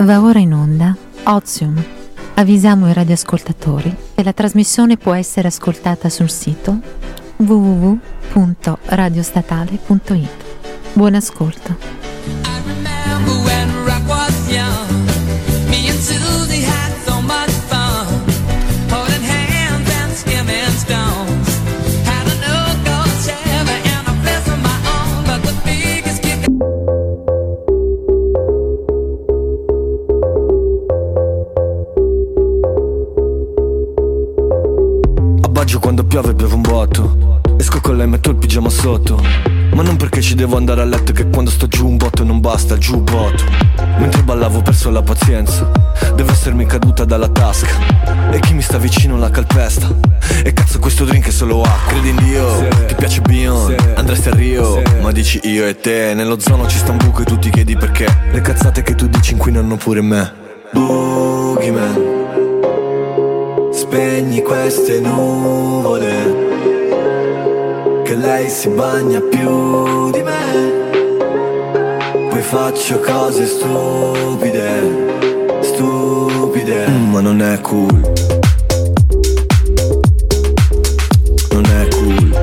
Va ora in onda Ozium. Avvisiamo i radioascoltatori che la trasmissione può essere ascoltata sul sito www.radiostatale.it. Buon ascolto. Quando piove un botto, esco con lei, metto il pigiama sotto, ma non perché ci devo andare a letto, che quando sto giù un botto non basta, giù botto. Mentre ballavo ho perso la pazienza, deve essermi caduta dalla tasca, e chi mi sta vicino la calpesta. E cazzo questo drink è solo acqua. Credi in Dio, sì. Ti piace Bion, sì. Andresti a Rio, sì. Ma dici io e te. Nello zono ci sta un buco e tu ti chiedi perché. Le cazzate che tu dici inquinano pure me. Boogeyman, spegni queste nuvole, che lei si bagna più di me. Poi faccio cose stupide, stupide, ma non è cool. Non è cool.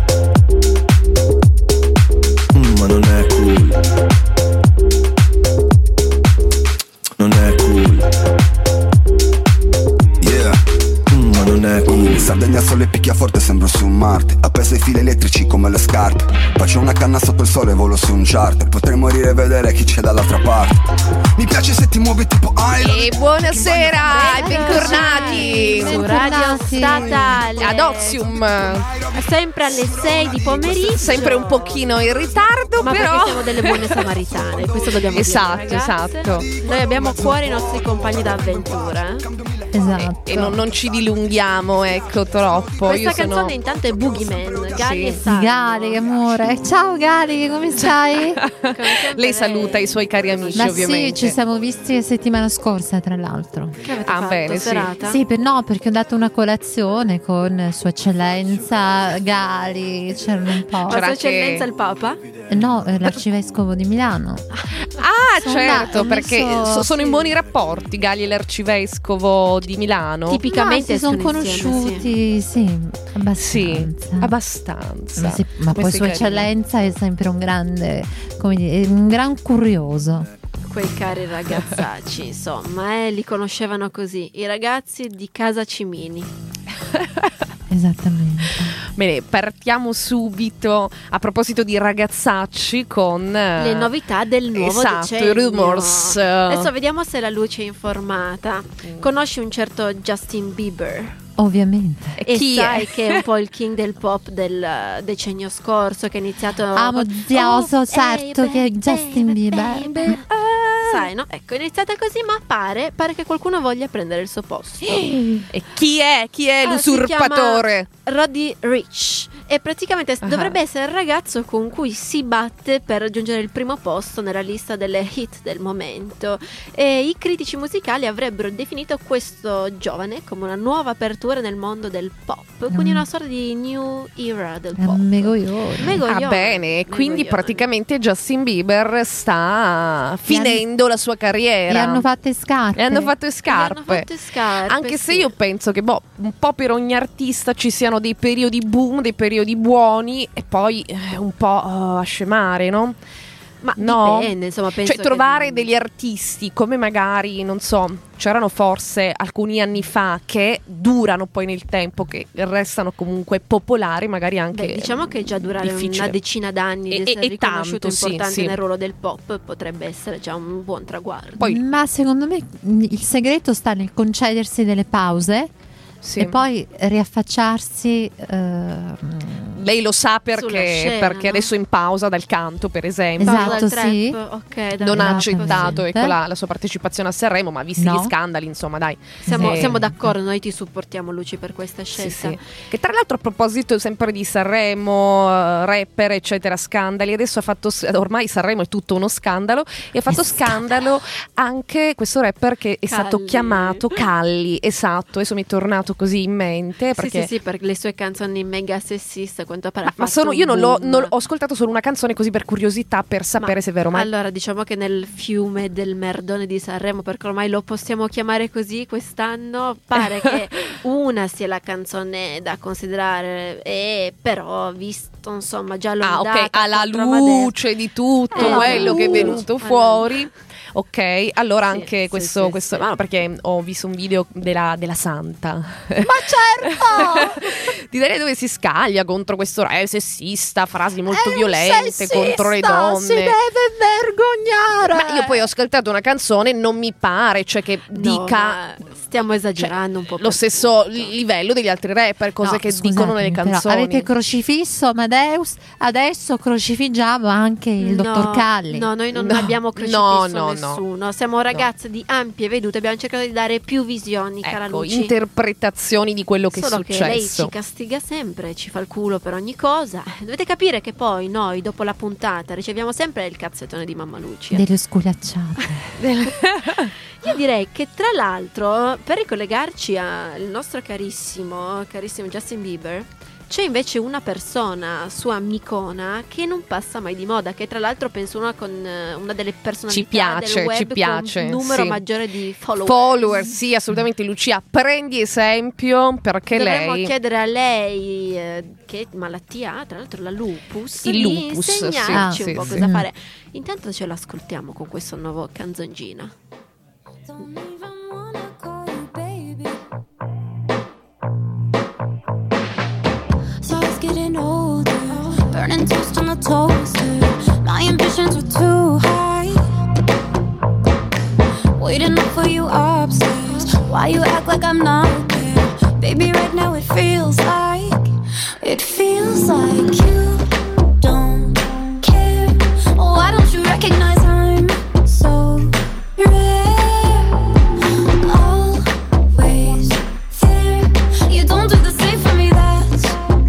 Ma non è cool. Non è cool. In Sardegna sole picchia forte, sembro su Marte. Appeso ai fili elettrici come le scarpe. Faccio una canna sotto il sole e volo su un charter. Potrei morire e vedere chi c'è dall'altra parte. Mi piace se ti muovi tipo Iron. E buonasera e bentornati su Radio Statale ad Ozium. Sempre alle 6 di pomeriggio. Sempre un pochino in ritardo, ma però perché siamo delle buone samaritane, questo dobbiamo dire, ragazze. Esatto. Noi abbiamo a cuore i nostri compagni d'avventura. Esatto. E non ci dilunghiamo, ecco, troppo. Questa canzone intanto è Boogeyman, Gali e Sandro. Gali, amore. Ciao Gali, come stai? Lei saluta i suoi cari amici, ma ovviamente. Sì, ci siamo visti la settimana scorsa, tra l'altro. Che avete fatto? Bene, serata? Sì, no, perché ho dato una colazione con Sua Eccellenza Gali, c'erano un po'. Ma Sua Eccellenza il Papa? No, l'arcivescovo di Milano. Certo, perché sono in buoni rapporti Gali e l'arcivescovo di Milano. Tipicamente si sono conosciuti, sì, abbastanza. Sì, abbastanza. Ma poi Sua Eccellenza è sempre un grande, come dire, un gran curioso. Quei cari ragazzacci, insomma, li conoscevano così, i ragazzi di Casa Cimini. Esattamente. Bene, partiamo subito a proposito di ragazzacci con le novità del nuovo decennio. I rumors. Adesso vediamo se la luce è informata. Conosci un certo Justin Bieber? Ovviamente. E chi sai che è un po' il king del pop del decennio scorso, che è iniziato so certo che è Justin Bieber. Sai, no? Ecco, è iniziata così, ma pare che qualcuno voglia prendere il suo posto. E chi è l'usurpatore? Roddy Ricch. E praticamente dovrebbe essere il ragazzo con cui si batte per raggiungere il primo posto nella lista delle hit del momento. E i critici musicali avrebbero definito questo giovane come una nuova apertura nel mondo del pop, quindi una sorta di new era del pop. Megoglione. Bene, quindi praticamente Justin Bieber sta finendo la sua carriera. E hanno fatto scarpe. Anche se io penso che un po' per ogni artista ci siano dei periodi boom, dei periodi buoni e poi un po' a scemare, no? Ma no? Dipende, insomma, penso cioè trovare degli artisti come magari, non so, c'erano forse alcuni anni fa che durano poi nel tempo, che restano comunque popolari, magari anche diciamo che già durare una decina d'anni di essere riconosciuto importante nel ruolo del pop potrebbe essere già un buon traguardo. Ma secondo me il segreto sta nel concedersi delle pause. Sì. E poi riaffacciarsi. Lei lo sa perché adesso è in pausa dal canto, per esempio. Esatto, sì. Non ha accettato la sua partecipazione a Sanremo, ma visti gli scandali, insomma, dai. Siamo d'accordo, noi ti supportiamo, Luci, per questa scelta. Sì. Che tra l'altro, a proposito sempre di Sanremo, rapper, eccetera, scandali, adesso ha fatto, ormai Sanremo è tutto uno scandalo, e ha fatto scandalo anche questo rapper che è stato chiamato Calli, esatto, adesso mi è tornato così in mente perché sì, per le sue canzoni mega sessiste, quanto pare. Ma io non ho ascoltato solo una canzone così per curiosità, per sapere se è vero. Allora, diciamo che nel fiume del merdone di Sanremo, perché ormai lo possiamo chiamare così quest'anno, pare che una sia la canzone da considerare, però visto insomma già l'ondata, alla luce di tutto quello che è venuto fuori. Ok, allora anche questo no, perché ho visto un video della Santa. Ma certo! Di Daria, dove si scaglia contro questo re sessista, frasi molto violente contro le donne. Si deve vergognare. Ma io poi ho ascoltato una canzone, non mi pare, cioè che dica, stiamo esagerando un po', lo stesso livello degli altri rapper, cose che dicono nelle canzoni. Avete crocifisso Amadeus, adesso crocifiggiamo anche il dottor Calli. No, noi non abbiamo crocifisso nessuno. Siamo ragazze di ampie vedute, abbiamo cercato di dare più visioni, cara Luci. Interpretazioni di quello che è successo. Che lei ci castiga sempre, ci fa il culo per ogni cosa. Dovete capire che poi noi dopo la puntata riceviamo sempre il cazzettone di mamma Lucia. Delle sculacciate. Io direi che tra l'altro, per ricollegarci al nostro carissimo Justin Bieber, c'è invece una persona, sua amicona, che non passa mai di moda, che tra l'altro penso una delle personalità del web ci piace, con un numero maggiore di followers. Sì, assolutamente. Lucia, prendi esempio, perché dovremmo chiedere a lei che malattia ha, tra l'altro la lupus, il lupus, insegnarci un po' cosa fare. Intanto ce l'ascoltiamo con questo nuovo canzoncina. Getting older, burning toast on the toaster. My ambitions were too high. Waiting up for you upstairs. Why you act like I'm not there? Baby, right now it feels like you don't care. Why don't you recognize I'm so rare? Always there. You don't do the same for me, that's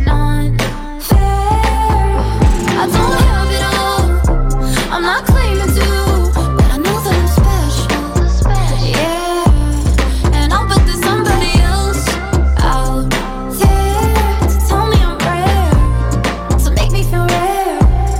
I don't have it all, I'm not claiming to, but I know that I'm special, yeah. And I'll bet there's somebody else out there to tell me I'm rare, to make me feel rare.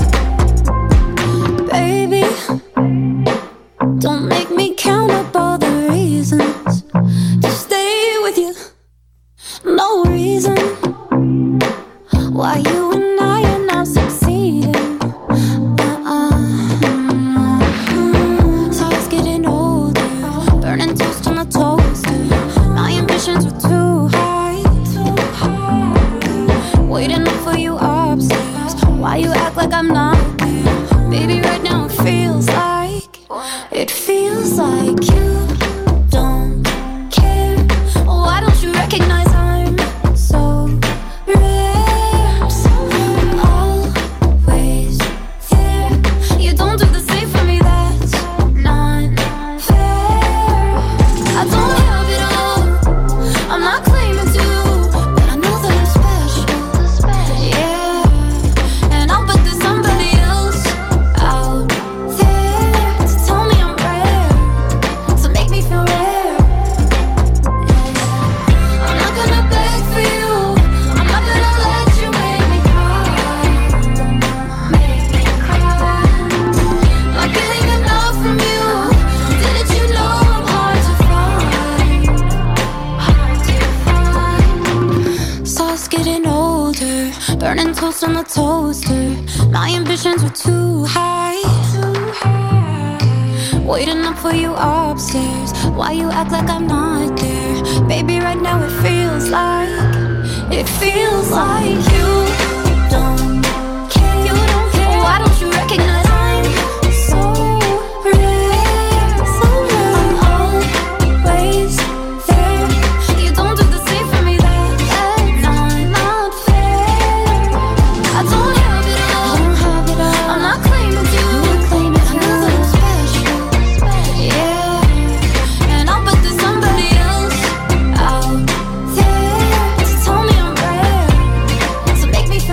Baby, don't make me count up all the reasons to stay with you. No reason why you and I are not succeeding. So I was getting older, burning toast on the toaster. My ambitions were too high. Waiting up for you upstairs. Why you act like I'm not there? Baby, right now it feels like you don't care. Why don't you recognize I'm so rare? Always there. You don't do the same for me, that's not fair. I don't have it all, I'm not claiming to, but I know that I'm special, yeah. And I'll bet there's somebody else out there to tell me I'm rare, to make me feel rare. I'm not gonna beg for you, I'm not gonna let you make me cry, Not getting enough from you, didn't you know I'm hard to find, So I was getting older, burning toast on the toaster. My ambitions were too high. Waiting up for you upstairs. Why you act like I'm not there? Baby, right now it feels like you don't care. You don't care. Why don't you recognize I'm so rare? I'm always there. You don't do the same for me, that's not fair. I don't have it all, I'm not claiming to, I know that I'm special, yeah. And I'll bet there's somebody else out there to tell me I'm rare, to make me feel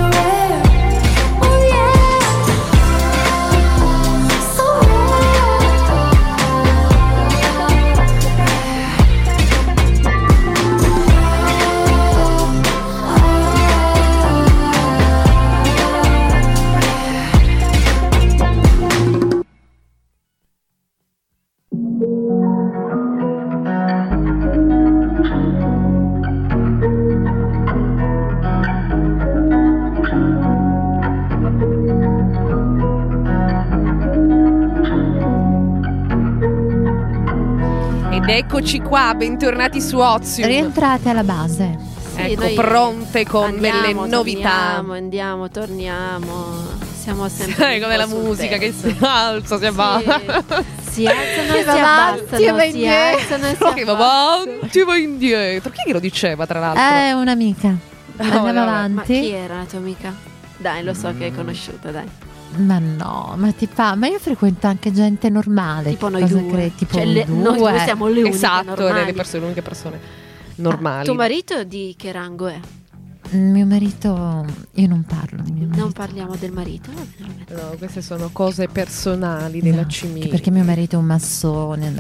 Eccoci qua, bentornati su Ozium. Rientrate alla base. Sì, Ecco, noi pronte con delle novità. Andiamo, torniamo. Siamo sempre come la musica che si alza, si abbassa. Si alzano e si va abbassano, avanti e va si indietro. alzano e si Che va abbassano. avanti, va indietro. Chi glielo diceva, tra l'altro? È un'amica. Andiamo vabbè. Ma avanti. chi era la tua amica? Dai, lo so che hai conosciuta, dai. Ma no, ma io frequento anche gente normale. Tipo noi Cosa due. tipo Cioè, noi noi due. due siamo le uniche Esatto, normali. le uniche persone normali. Tuo marito di che rango è? Mio marito, io non parlo di mio marito. Non parliamo del marito. Va bene. No, queste sono cose personali della No, CIMI. perché mio marito è un massone.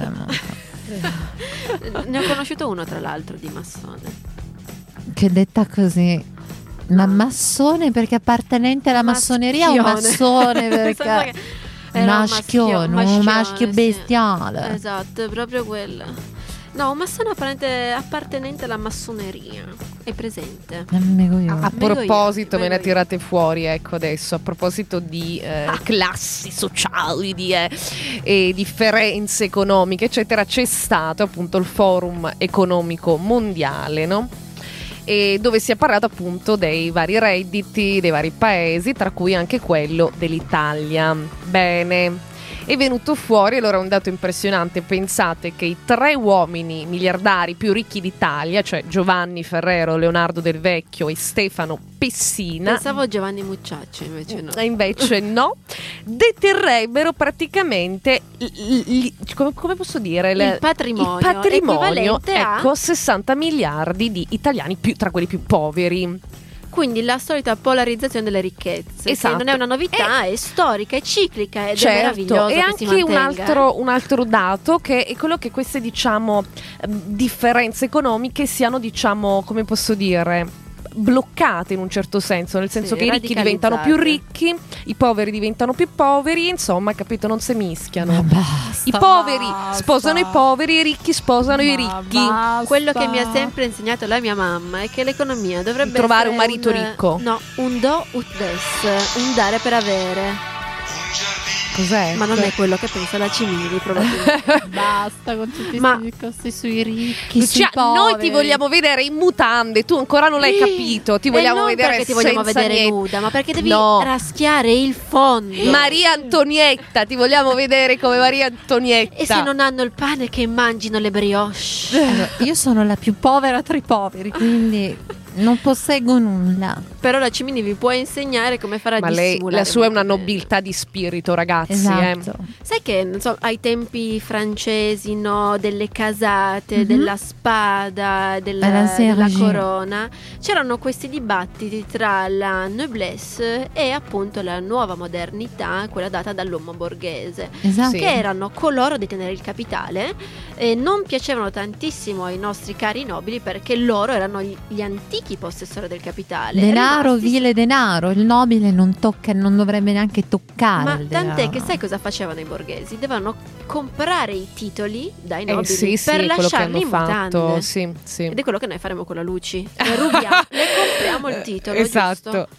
Ne ho conosciuto uno, tra l'altro, di massone. Che detta così. Ma massone perché appartenente alla massoneria o massone Sembra perché che era un maschio sì. bestiale. Esatto, è proprio quello. No, un massone appartenente alla massoneria. È presente. Amico io. A Vengo proposito, io, me ne vengo io. tirate fuori, ecco adesso, a proposito di classi sociali, di differenze economiche, eccetera, c'è stato appunto il Forum Economico Mondiale, no? E dove si è parlato appunto dei vari redditi dei vari paesi, tra cui anche quello dell'Italia. Bene. È venuto fuori, allora un dato impressionante, pensate che i 3 uomini miliardari più ricchi d'Italia, cioè Giovanni Ferrero, Leonardo Del Vecchio e Stefano Pessina, Pensavo Giovanni Mucciaccio, invece no. invece no, deterrebbero praticamente come posso dire Il patrimonio equivalente a- ecco, 60 miliardi di italiani tra quelli più poveri. Quindi la solita polarizzazione delle ricchezze, Esatto. che non è una novità, è storica, è ciclica ed è Certo, meravigliosa e che anche si mantenga. un altro dato che è quello che queste differenze economiche siano come posso dire bloccate in un certo senso, nel senso Sì, che i ricchi diventano più radicalizzate. ricchi, i poveri diventano più poveri, insomma, capito, non si mischiano. Ma basta, I poveri basta. sposano i poveri, i ricchi sposano i ricchi. Quello che mi ha sempre insegnato la mia mamma è che l'economia dovrebbe Trovare essere un marito ricco. No, un do ut des, un dare per avere. Cos'è? Ma non è quello che pensa la Cimini, probabilmente. Basta con tutti Ma- questi discorsi sui ricchi, Lucia, sui poveri. noi ti vogliamo vedere in mutande, tu ancora non l'hai capito, ti vogliamo e non vedere perché ti vogliamo senza vedere niente. nuda, ma perché devi No. raschiare il fondo. Maria Antonietta, ti vogliamo vedere come Maria Antonietta. E se non hanno il pane che mangino le brioche. Allora, io sono la più povera tra i poveri, quindi non posseggo nulla. Però la Cimini vi può insegnare come fare a Ma lei, dissimulare. la sua è una molto bene. nobiltà di spirito, ragazzi. Esatto. Sai che non so, ai tempi francesi, no, delle casate, Mhm. della spada, L'ancien della régime. corona, c'erano questi dibattiti tra la noblesse e appunto la nuova modernità, quella data dall'uomo borghese, Esatto. Sì. che erano coloro a detenere il capitale e non piacevano tantissimo ai nostri cari nobili perché loro erano gli antichi possessori del capitale. Denaro, rimasti- vile denaro, il nobile non dovrebbe neanche toccare. Ma il tant'è denaro. che sai cosa facevano i borghesi? Dovevano comprare i titoli dai nobili sì, sì, per quello che lasciarli hanno in mutande. fatto. Sì, sì. Ed è quello che noi faremo con la Luci. Le rubiamo, le compriamo il titolo, Esatto. giusto?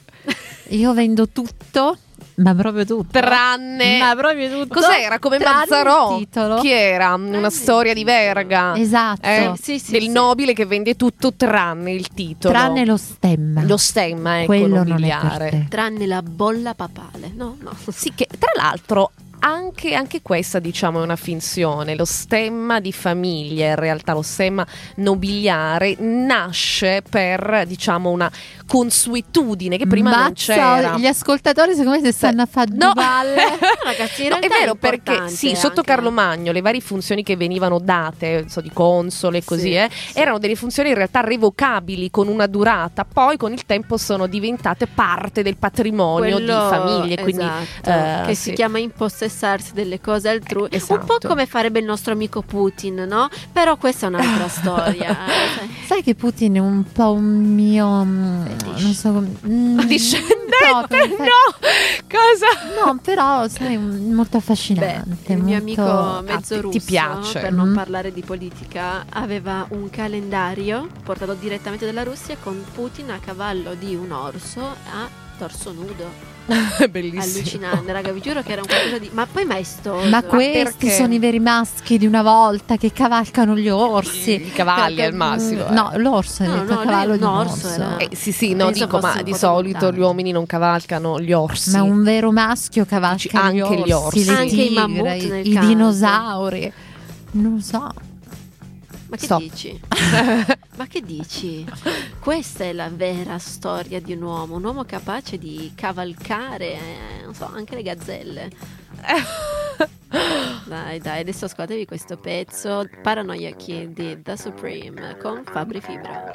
Io vendo tutto, ma proprio tutto. Tranne Ma proprio tutto. cos'era? Come tranne Mazzarò, il titolo. chi era? Tranne Una il storia di titolo. verga. Esatto. Sì, sì, del sì. nobile che vende tutto tranne il titolo. Tranne lo stemma. Lo stemma, ecco, Quello non è nobiliare. per te. Tranne la bolla papale. No, no. Sì, che tra l'altro anche questa diciamo è una finzione. Lo stemma di famiglia, in realtà lo stemma nobiliare nasce per diciamo una consuetudine che prima non Mazza, c'era. Gli ascoltatori secondo me si stanno a fare No. due palle. Ragazzi, in No, è realtà vero perché importante sì, sotto anche. Carlo Magno le varie funzioni che venivano date, so, di console e così, Sì, sì. erano delle funzioni in realtà revocabili con una durata, poi con il tempo sono diventate parte del patrimonio Quello- di famiglie, quindi esatto, che sì. si chiama impossessarsi delle cose altrui. Esatto. Un po' come farebbe il nostro amico Putin, no? Però questa è un'altra storia. Sai che Putin è un po' un mio non so come discendente, proprio, no, cosa? No, però sai, molto Beh, affascinante. il mio molto- amico mezzo ti russo, piace? per non Mm. parlare di politica, aveva un calendario portato direttamente dalla Russia con Putin a cavallo di un orso a torso nudo. Bellissimo. Allucinante, raga, vi giuro che era un qualcosa di... Ma poi maestoso. Ma questi perché? sono i veri maschi di una volta che cavalcano gli orsi. I cavalli al massimo. No, l'orso è No, detto no, cavallo di un un orso orso. era- Sì, no, Penso dico, fosse ma un di po' solito debuttante. gli uomini non cavalcano gli orsi. Ma un vero maschio cavalca Anche gli gli orsi, orsi. le Anche i mammut tigre, nel i campo. dinosauri. Non so. Ma che Stop. dici? Ma che dici? Questa è la vera storia di un uomo capace di cavalcare, non so, anche le gazzelle. Dai, adesso ascoltatevi questo pezzo, Paranoia Kid di The Supreme con Fabri Fibra.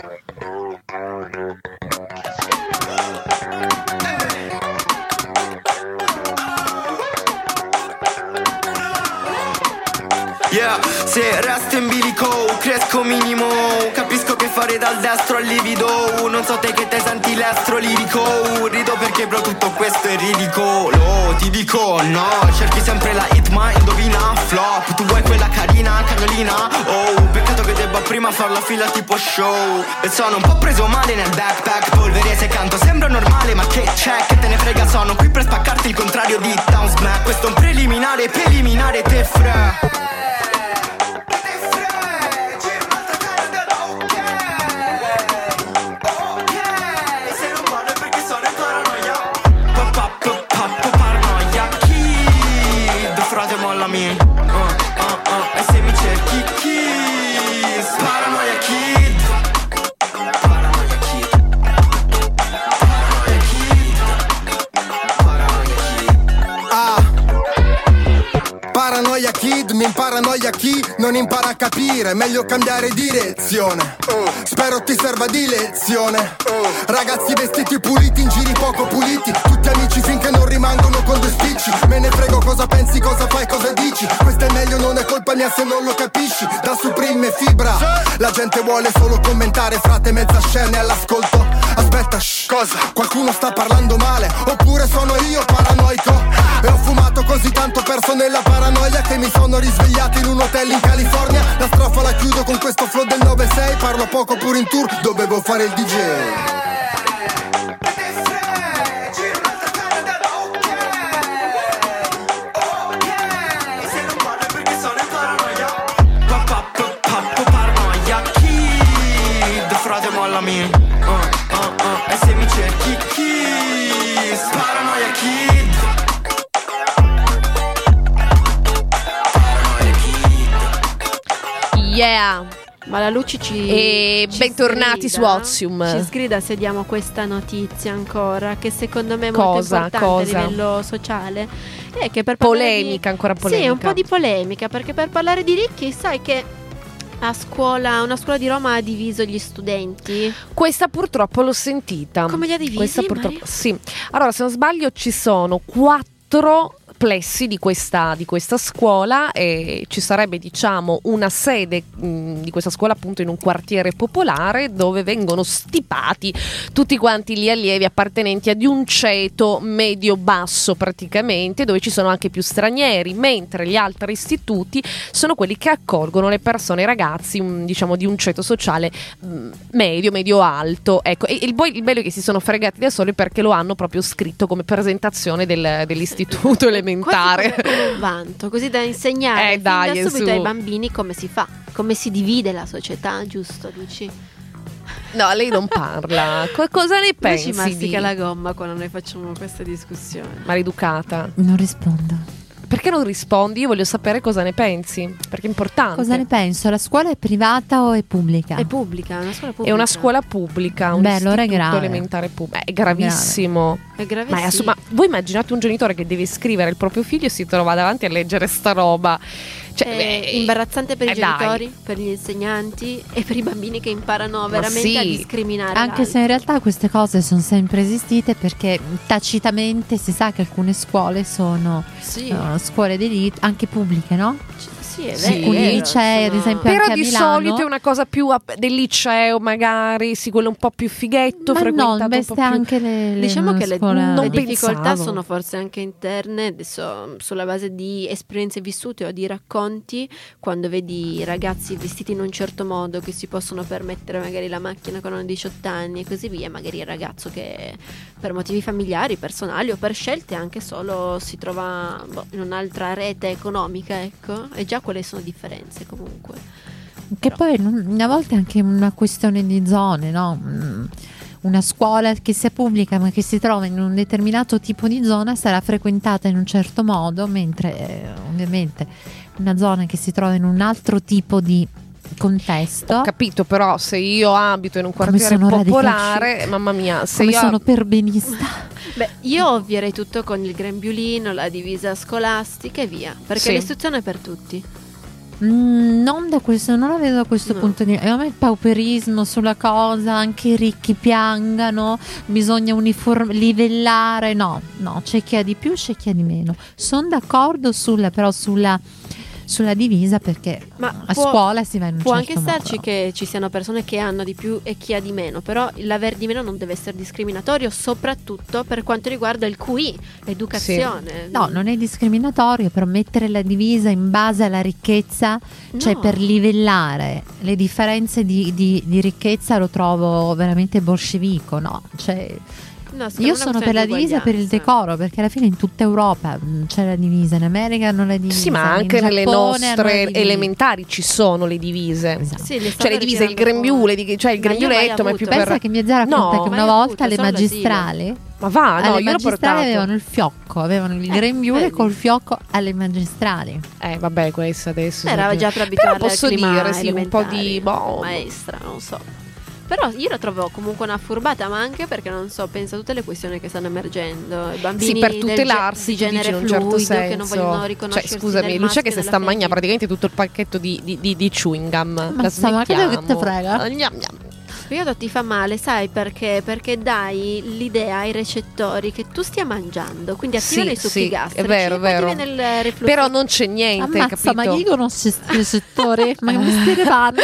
Yeah, se resto in bilico, cresco minimo. Capisco che fare dal destro al livido. Non so te che te senti l'estro lirico. Rido perché bro tutto questo è ridicolo. Ti dico no, cerchi sempre la hit ma indovina flop. Tu vuoi quella carina, cagnolina. Oh, peccato che debba prima far la fila tipo show. E sono un po' preso male nel backpack. Polvere se canto sembra normale ma che c'è? Che te ne frega, sono qui per spaccarti il contrario di Town Smack. Questo è un preliminare per eliminare te fra. Frate mollami, e se mi cerchi kiss, Paranoia Kid, Paranoia Kid, Paranoia Kid, Paranoia Kid. Paranoia Kid, mi imparanoia chi non impara a capire, meglio cambiare direzione. Spero ti serva di lezione. Ragazzi vestiti puliti, in giri poco puliti, tutti amici finché non rimangono con due spicci. Me ne frego cosa pensi, cosa fai, cosa dici. Questo è meglio, non è colpa mia se non lo capisci. Da Supreme e Fibra, la gente vuole solo commentare, frate, mezza scena all'ascolto. Aspetta, shh, cosa? Qualcuno sta parlando male? Oppure sono io paranoico? E ho fumato così tanto perso nella paranoia che mi sono risvegliato in un hotel in California. La strofa la chiudo con questo flow del 9-6. Parlo poco pure in tour, dovevo fare il DJ. Paranoia Kid, frate mollami, e se mi cerchi kiss, Paranoia Kid, Paranoia Kid. Yeah. Ma la Luci E bentornati su Ozium. Ci sgrida se diamo questa notizia ancora, che secondo me è molto Cosa? importante a livello sociale. È che per parlare Polemica, ancora polemica. Sì, un po' di polemica, perché per parlare di ricchi sai che a scuola, una scuola di Roma ha diviso gli studenti. Questa purtroppo l'ho sentita. Come li ha divisi, Questa purtroppo, Mari? sì. Allora, se non sbaglio, ci sono 4 plessi di questa scuola e ci sarebbe, diciamo, una sede di questa scuola appunto in un quartiere popolare dove vengono stipati tutti quanti gli allievi appartenenti ad un ceto medio-basso praticamente, dove ci sono anche più stranieri, mentre gli altri istituti sono quelli che accolgono le persone, i ragazzi, diciamo, di un ceto sociale medio-alto. Ecco, e il bello è che si sono fregati da soli perché lo hanno proprio scritto come presentazione dell'istituto elementare. Quasi come un vanto, così da insegnare fin dai, da subito su. ai bambini come si fa, come si divide la società, giusto, Luci? No, lei non parla. Cosa ne Luci pensi mastica di la gomma quando noi facciamo questa discussione. maleducata? Non rispondo. Perché non rispondi? Io voglio sapere cosa ne pensi, perché è importante. Cosa ne penso? La scuola è privata o è pubblica? È pubblica, è una scuola pubblica. È una scuola pubblica, un Beh, allora è istituto grave. elementare pubblico. È gravissimo. È grave, Ma, sì. ma voi immaginate un genitore che deve iscrivere il proprio figlio e si trova davanti a leggere sta roba. Cioè, È imbarazzante per i dai. genitori, per gli insegnanti e per i bambini che imparano veramente sì. a discriminare Anche se in realtà queste cose sono sempre esistite, perché tacitamente si sa che alcune scuole sono sì. scuole d'elite, anche pubbliche, no? Sì, Sì, è Sì. vero, licei, ad esempio, Però anche a di Milano. solito è una cosa più del liceo, magari, sì, quello un po' più fighetto, Ma no, frequentato un po' investe più. anche le Diciamo che le scuole. non difficoltà pensavo. sono forse anche interne, adesso sulla base di esperienze vissute o di racconti, quando vedi i ragazzi vestiti in un certo modo che si possono permettere magari la macchina quando hanno 18 anni e così via, magari il ragazzo che per motivi familiari, personali o per scelte anche solo si trova in un'altra rete economica, ecco, e già quelle sono differenze comunque. Che poi a volte è anche una questione di zone, no? Una scuola che sia pubblica ma che si trova in un determinato tipo di zona sarà frequentata in un certo modo, mentre ovviamente una zona che si trova in un altro tipo di contesto. Ho capito, però se io abito in un Come quartiere sono popolare, radical, mamma mia, se come io sono perbenista. Beh, io ovvierei tutto con il grembiulino, la divisa scolastica e via, perché Sì. l'istruzione è per tutti. Non da questo, non la vedo da questo No. punto di vista. A me il pauperismo sulla cosa, anche i ricchi piangano, bisogna livellare. No, c'è chi ha di più, c'è chi ha di meno. Sono d'accordo però sulla divisa, perché Ma a può- scuola si va in un Può certo anche starci modo. che ci siano persone che hanno di più e chi ha di meno, però l'aver di meno non deve essere discriminatorio, soprattutto per quanto riguarda il QI, l'educazione. No, non è discriminatorio, però mettere la divisa in base alla ricchezza, cioè No. per livellare le differenze di ricchezza, lo trovo veramente bolscevico, no? Cioè, No, secondo io me è sono una per la questione di divisa per il uguaglianza. decoro, perché alla fine in tutta Europa c'è la divisa, in America non la divisa. sì, ma in anche nelle Giappone hanno la nostre divisa. elementari ci sono le divise. Esatto. Sì, le Cioè le divise, il stanno tirando grembiule, fuori. cioè il Ma io mai grembiuletto, ma è più avuto. Pensa per... che mia zia racconta No, che mai una volta avuto, alle solo all'asilo. magistrali Ma va, no, alle io l'ho magistrali portato. avevano il fiocco, avevano il grembiule vedi. col fiocco alle magistrali. Vabbè, questo adesso. Era già per Però abituare posso al clima dire, sì, un po' di... elementare, boh, maestra, non so. Però io la trovo comunque una furbata, ma anche perché non so, pensa a tutte le questioni che stanno emergendo, i bambini sì, per di tutelarsi, tu genere dici, in un fluido certo senso. che non vogliono riconoscersi Cioè, scusami, nel Lucia che maschio si e sta nella mangia femmina. praticamente tutto il pacchetto di chewing gum. Ma La insomma, che smettiamo. te frega? Gnam, gnam. Periodo ti fa male, sai perché? Perché dai l'idea ai recettori che tu stia mangiando, quindi attivano i succhi gastrici, è vero, e poi vero. ti viene il reflusso. Però non c'è niente, Ammazza, capito? ma chi conosce il settore? Ma che mestiere fanno?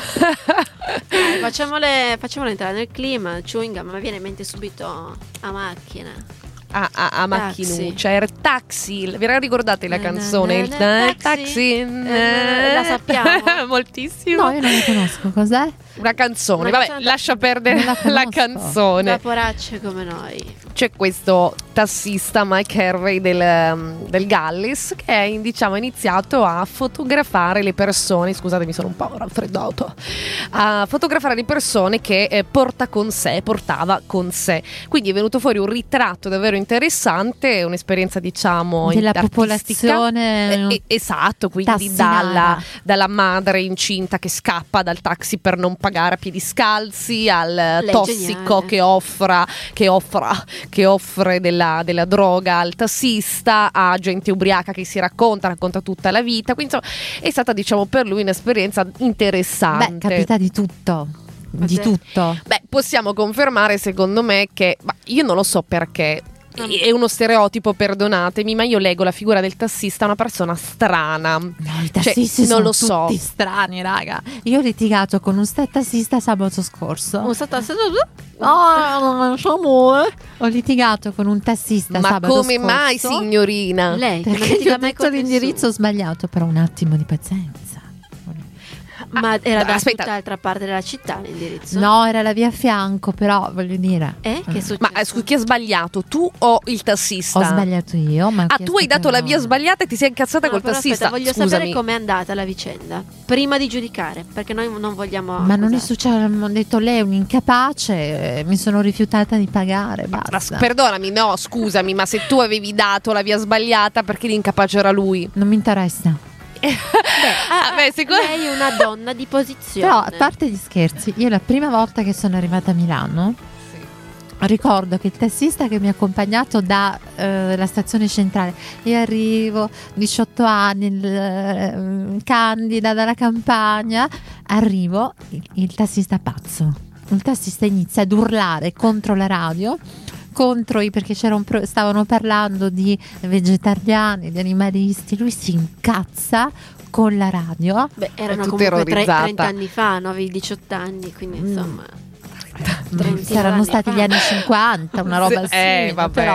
Dai, facciamole entrare nel clima, chewing gum, ma viene in mente subito a macchina. A macchinuccia, era Taxi. Vi ricordate la Na, canzone? na, Il na, na, Taxi. la sappiamo. Moltissimo. No, io non la conosco, cos'è? Una canzone, Una vabbè, canzone lascia perdere Non la la conosco. canzone. Vaporacce come noi. C'è questo tassista Mike Harvey del Galles che è diciamo iniziato a fotografare le persone, scusate mi sono un po' raffreddato, a fotografare le persone che portava con sé, quindi è venuto fuori un ritratto davvero interessante, un'esperienza diciamo Della artistica. popolazione Esatto, quindi tassinara. dalla madre incinta che scappa dal taxi per non pagare a piedi scalzi al Lei è tossico geniale. che offre della droga al tassista, a gente ubriaca che si racconta tutta la vita, quindi insomma è stata diciamo per lui un'esperienza interessante. Beh, capita di tutto. Di Vabbè. tutto. Beh, possiamo confermare secondo me che, ma io non lo so perché, è uno stereotipo, perdonatemi, ma io leggo la figura del tassista una persona strana. No, i tassisti non sono lo so. tutti strani, raga. Io ho litigato con un tassista sabato scorso. Ho litigato con un tassista Ma sabato come scorso. mai, signorina? Lei che non Perché gli litiga ho mai detto con l'indirizzo nessuno. sbagliato, però un attimo di pazienza. Ma era da aspetta. tutt'altra parte della città l'indirizzo? No, era la via a fianco, però voglio dire. Che è successo? Ma chi ha sbagliato, tu o il tassista? Ho sbagliato io, ma ho Ah, chiesto tu hai dato la via perdono. sbagliata e ti sei incazzata No, col però tassista. aspetta, voglio Scusami. sapere com'è andata la vicenda prima di giudicare, perché noi non vogliamo. Ma non è accusare. successo, ho detto lei è un incapace, mi sono rifiutata di pagare, Ma basta. perdonami, no, scusami, ma se tu avevi dato la via sbagliata, perché l'incapace era lui? Non mi interessa. Lei è una donna di posizione. Però, a parte gli scherzi, io la prima volta che sono arrivata a Milano, ricordo che il tassista che mi ha accompagnato dalla stazione centrale, io arrivo, 18 anni, candida dalla campagna, arrivo, il tassista pazzo. Il tassista inizia ad urlare contro la radio contro perché stavano parlando di vegetariani, di animalisti, lui si incazza con la radio. Beh, erano tu comunque terrorizzata. 30 anni fa, no? Avevi 18 anni, quindi insomma. Saranno stati gli anni 50, una roba simile, vabbè. però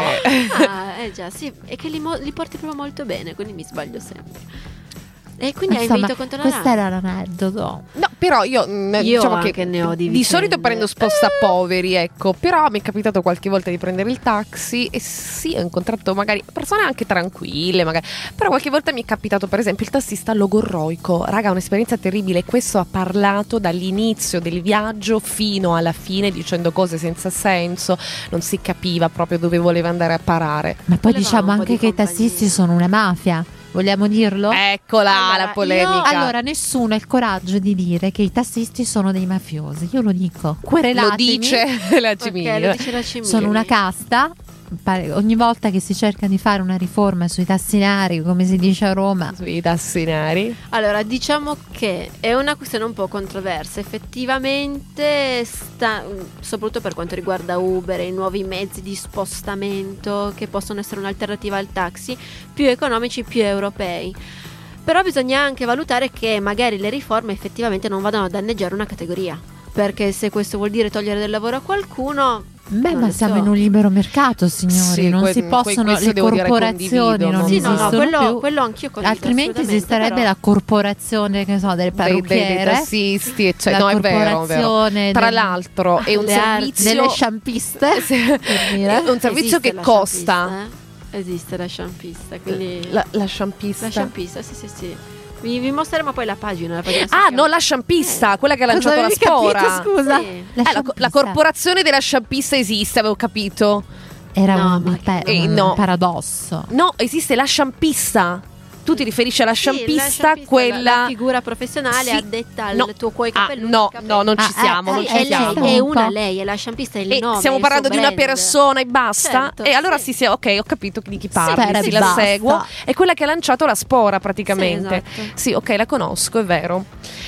Già, sì, è che li porti proprio molto bene, quindi mi sbaglio sempre. E quindi hai insomma, invito contro la questo radio. era l'aneddoto. No, però io diciamo anche che ne ho di di solito vicende. prendo sposta poveri, ecco, però mi è capitato qualche volta di prendere il taxi e sì, ho incontrato magari persone anche tranquille, magari, però qualche volta mi è capitato per esempio il tassista logorroico, raga, un'esperienza terribile. Questo ha parlato dall'inizio del viaggio fino alla fine dicendo cose senza senso, non si capiva proprio dove voleva andare a parare. Ma poi Volevamo diciamo un po' anche di che i compagnia. tassisti sono una mafia. Vogliamo dirlo? Eccola Allora, la polemica. Allora, nessuno ha il coraggio di dire che i tassisti sono dei mafiosi. Io lo dico. Querelatemi. lo dice la Ok, Cimini. lo dice la Cimini. Sono una casta. Ogni volta che si cerca di fare una riforma sui tassinari, come si dice a Roma, Sui tassinari. Allora, diciamo che è una questione un po' controversa. Effettivamente, soprattutto per quanto riguarda Uber e i nuovi mezzi di spostamento che possono essere un'alternativa al taxi, più economici, più europei. Però bisogna anche valutare che magari le riforme effettivamente non vadano a danneggiare una categoria. Perché se questo vuol dire togliere del lavoro a qualcuno... beh, non ma lo siamo so. in un libero mercato, signori. Sì, non si possono, questo le devo dire, corporazioni condivido, non no? Sì, no, esistono no, più. quello anch'io condivido, Altrimenti assolutamente, esisterebbe però- la corporazione, che ne so, delle Dei parrucchiere, tassisti, eccetera. la No, è vero, è vero. corporazione Tra del- l'altro è un le arti, servizio delle sciampiste, Sì. per dire. È un servizio Esiste che la costa sciampista, eh? Esiste la sciampista, quindi... la sciampista. La sciampista, sì. Vi mostreremo poi la pagina si Ah, chiama. no, la sciampista, quella che ha Cosa lanciato la avevi capito, spora. scusa? Sì. La La sciampista. corporazione della sciampista esiste, avevo capito. Era No, un, ma che- un no. paradosso. No, esiste la sciampista. Tu ti riferisci alla Sì, sciampista, la quella la figura professionale Sì. addetta al No. tuo cuoio Ah, capelluto. no, capelli. no, non ci siamo, non È ci lei, siamo. è Un una po'. lei, è la sciampista, è il E nome. stiamo il parlando suo di una brand. persona e basta. Certo, E allora sì. sì, ok, ho capito di chi parli, Spera sì, e la basta. seguo. È quella che ha lanciato la spora praticamente. Sì, esatto. Sì, ok, la conosco, è vero.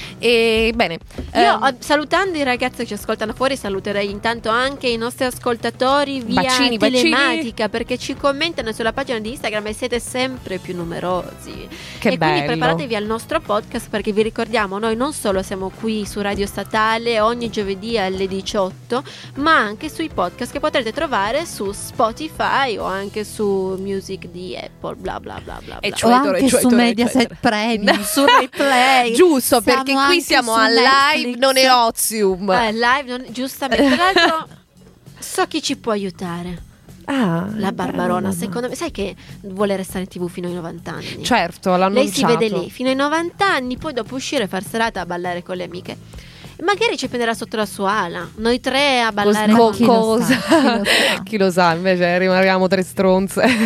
E bene. Io salutando i ragazzi che ci ascoltano fuori, saluterei intanto anche i nostri ascoltatori via Bacini, telematica, perché ci commentano sulla pagina di Instagram e siete sempre più numerosi. Che e bello. quindi preparatevi al nostro podcast, perché vi ricordiamo, noi non solo siamo qui su Radio Statale ogni giovedì alle 18, ma anche sui podcast che potrete trovare su Spotify o anche su Music di Apple, bla bla bla bla. E bla. cioè- O anche su eccetera. Mediaset Premium, su Replay. Giusto, Siamo perché qui anche siamo su a live, Netflix. non è Ozium. Live, giustamente. Tra l'altro, so chi ci può aiutare. Ah, La Barbarona, bello. secondo me, sai che vuole restare in TV fino ai 90 anni? Certo, l'hanno Lei si vede annunciato. lì fino ai 90 anni, poi dopo uscire e far serata a ballare con le amiche. E magari ci prenderà sotto la sua ala, noi tre a ballare Ma con chi lo cosa? sa, chi lo sa. Chi lo sa, invece rimaniamo tre stronze. No,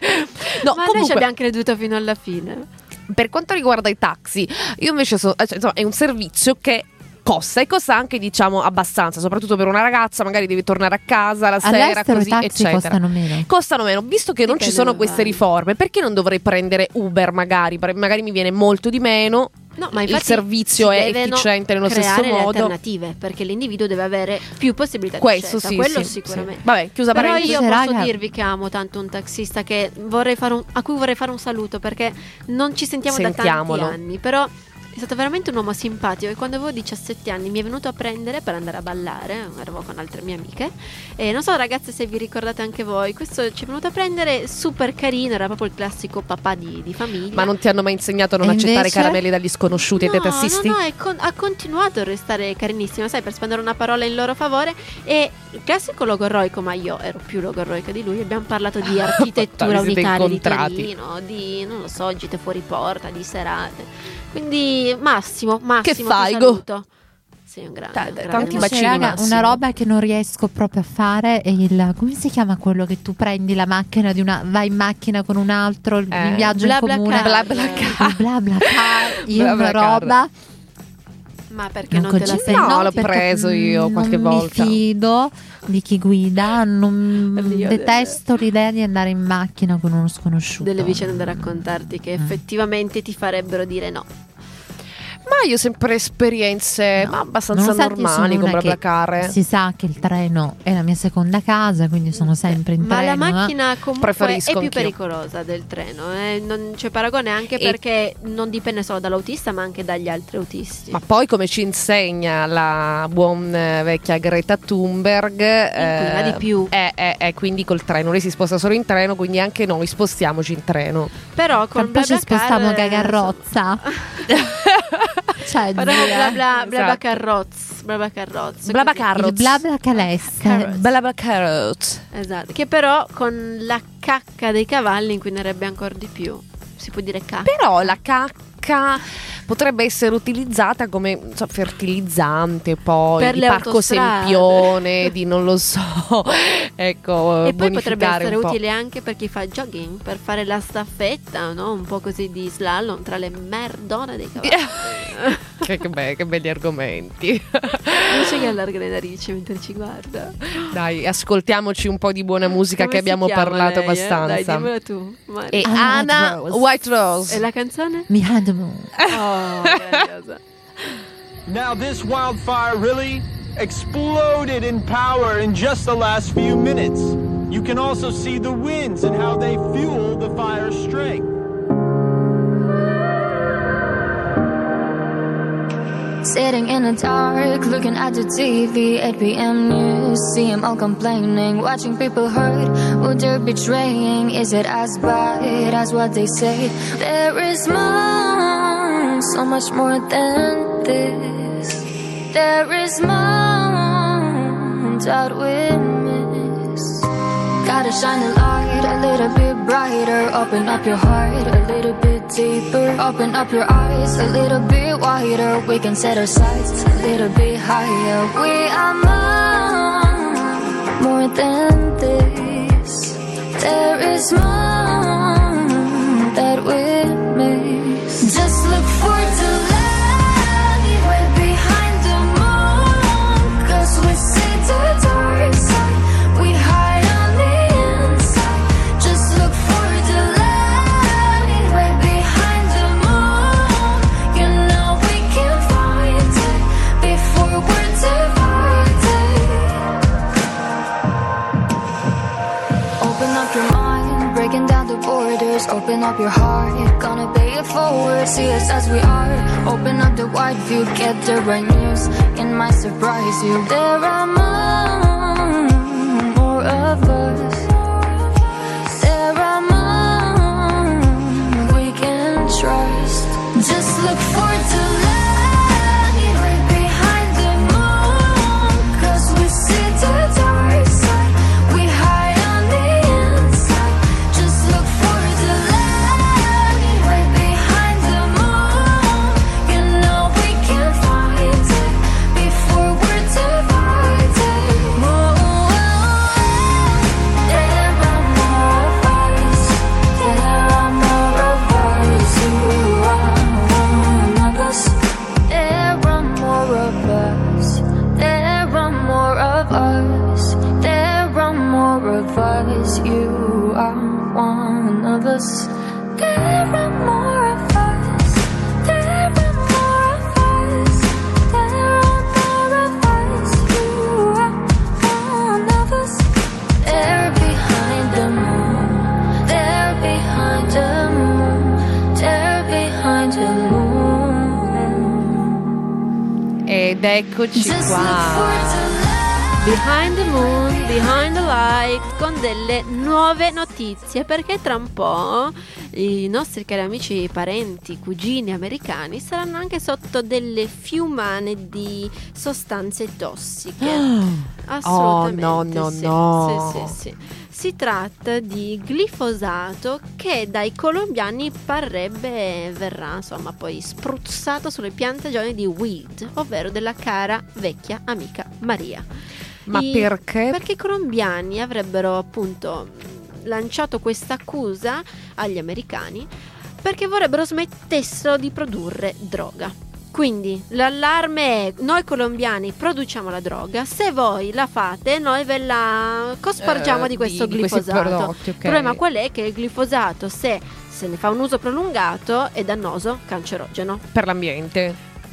Ma noi ci comunque, abbiamo creduto fino alla fine. per quanto riguarda i taxi, io invece insomma, è un servizio che costa e costa anche, diciamo, abbastanza, soprattutto per una ragazza, magari devi tornare a casa la sera, All'estero così, i taxi eccetera. costano meno. Costano meno, visto che non ci Dipende sono dove queste vai. riforme, perché non dovrei prendere Uber magari? Magari mi viene molto di meno. No, ma Il infatti servizio si è devono efficiente nello stesso creare le modo. alternative, perché l'individuo deve avere più possibilità Questo di scelta, sì, quello sì, sicuramente. sì. Vabbè, chiusa Però parentesi. io Raga. posso dirvi che amo tanto un taxista che a cui vorrei fare un saluto, perché non ci sentiamo Sentiamolo. da tanti anni, però è stato veramente un uomo simpatico e quando avevo 17 anni mi è venuto a prendere per andare a ballare, ero con altre mie amiche e non so ragazze se vi ricordate anche voi, questo ci è venuto a prendere, super carino, era proprio il classico papà di famiglia. Ma non ti hanno mai insegnato a non E accettare invece? caramelle dagli sconosciuti e dai tassisti? No, ha continuato a restare carinissimo, sai, per spendere una parola in loro favore. E il classico logorroico, ma io ero più logorroica di lui. Abbiamo parlato di architettura Vi siete unitaria di incontrati. Torino, di, non lo so, gite fuori porta, di serate. Quindi Massimo, Che ti fai, saluto. Sì, un grande, Dai, un grande. tanti Invece, bacini, raga, Massimo. una roba che non riesco proprio a fare è il, come si chiama quello che tu prendi la macchina di una, vai in macchina con un altro in viaggio in BlaBlaCar. comune, BlaBlaCar. il BlaBlaCar. Io una BlaBlaCar. roba Ma perché non te la conci- sei? No, l'ho perché, preso io qualche non volta. mi fido di chi guida, non Oddio, detesto l'idea di andare in macchina con uno sconosciuto. Delle vicende da raccontarti che effettivamente ti farebbero dire no. Ma io sempre esperienze ma abbastanza Nonostante io sono normali con una che BlaBlaCar. Si sa che il treno è la mia seconda casa, quindi sono sempre in Ma treno. la macchina comunque Preferisco è più anch'io. pericolosa del treno, non c'è paragone, anche E- perché non dipende solo dall'autista ma anche dagli altri autisti. Ma poi, come ci insegna la buon vecchia Greta Thunberg, Inquina di più. quindi col treno, lei si sposta solo in treno, quindi anche noi spostiamoci in treno. Però con Poi ci BlaBlaCar, spostiamo che carrozza. Cioè, Faremo zia. BlaBlaCarroz. BlaBlaCarroz. Il BlaBlaCalesse. BlaBlaCarroz. Esatto, che però con la cacca dei cavalli inquinerebbe ancora di più. Si può dire cacca. Però la cacca potrebbe essere utilizzata come fertilizzante, poi Per di le Parco autostrade. Sempione, di non lo so, ecco, E poi potrebbe bonificare essere un po'. utile anche per chi fa jogging, per fare la staffetta, no? Un po' così di slalom tra le merdone dei cavalli. che belli argomenti. Invece che allarga le narici mentre ci guarda. Dai, ascoltiamoci un po' di buona musica Come che si abbiamo chiama parlato lei, abbastanza. Dai, dimmela tu. Mari. E Anna Anna White White Rose. E la canzone? Behind the Moon. Oh, grandiosa. Now, this wildfire really exploded in power in just the last few minutes. You can also see the winds and how they fuel the fire's strength. Sitting in the dark, looking at the TV, 8 p.m. news, see them all complaining, watching people hurt, who they're betraying. Is it as bad as what they say? There is more, so much more than this. There is more that we miss. Gotta shine a light a little bit brighter. Open up your heart a little bit deeper. Open up your eyes a little bit wider. We can set our sights a little bit higher. We are more than this. There is more that we miss. Just look for the light right behind the moon. 'Cause we see the dark side. We hide on the inside. Just look for the light right behind the moon. You know we can find it before we're divided. Open up your mind, breaking down the borders. Open up your heart, gonna pay it forward. See us as we are. Open up the wide view, get the right news. It might surprise you. There are more of us. There are more we can trust. Just look for the light right behind the moon. 'Cause we see the dark side. We hide on the inside. Just look for the light right behind the moon. You know we can find it before we're divided. There are more of us. There are more of us. You are one of us. There are more of us. There are more of us. There are more of us. You are one of us. There are more of us. There are more of us. There are more of us. You are one of us. They're behind the moon. They're behind the moon. They're behind the moon. Ed eccoci Just look for qua. the light. Behind the Moon, Behind the Light, con delle nuove notizie, perché tra un po' i nostri cari amici, parenti, cugini americani saranno anche sotto delle fiumane di sostanze tossiche. Assolutamente. Oh, no. Sì. Si tratta di glifosato che dai colombiani parrebbe verrà insomma poi spruzzato sulle piantagioni di weed, ovvero della cara vecchia amica Maria. Ma perché? Perché i colombiani avrebbero appunto lanciato questa accusa agli americani perché vorrebbero smettessero di produrre droga. Quindi l'allarme è: noi colombiani produciamo la droga, se voi la fate noi ve la cospargiamo di questo di questi glifosato. prodotti, ok. Il problema qual è? Che il glifosato, se ne fa un uso prolungato, è dannoso, cancerogeno. Per l'ambiente.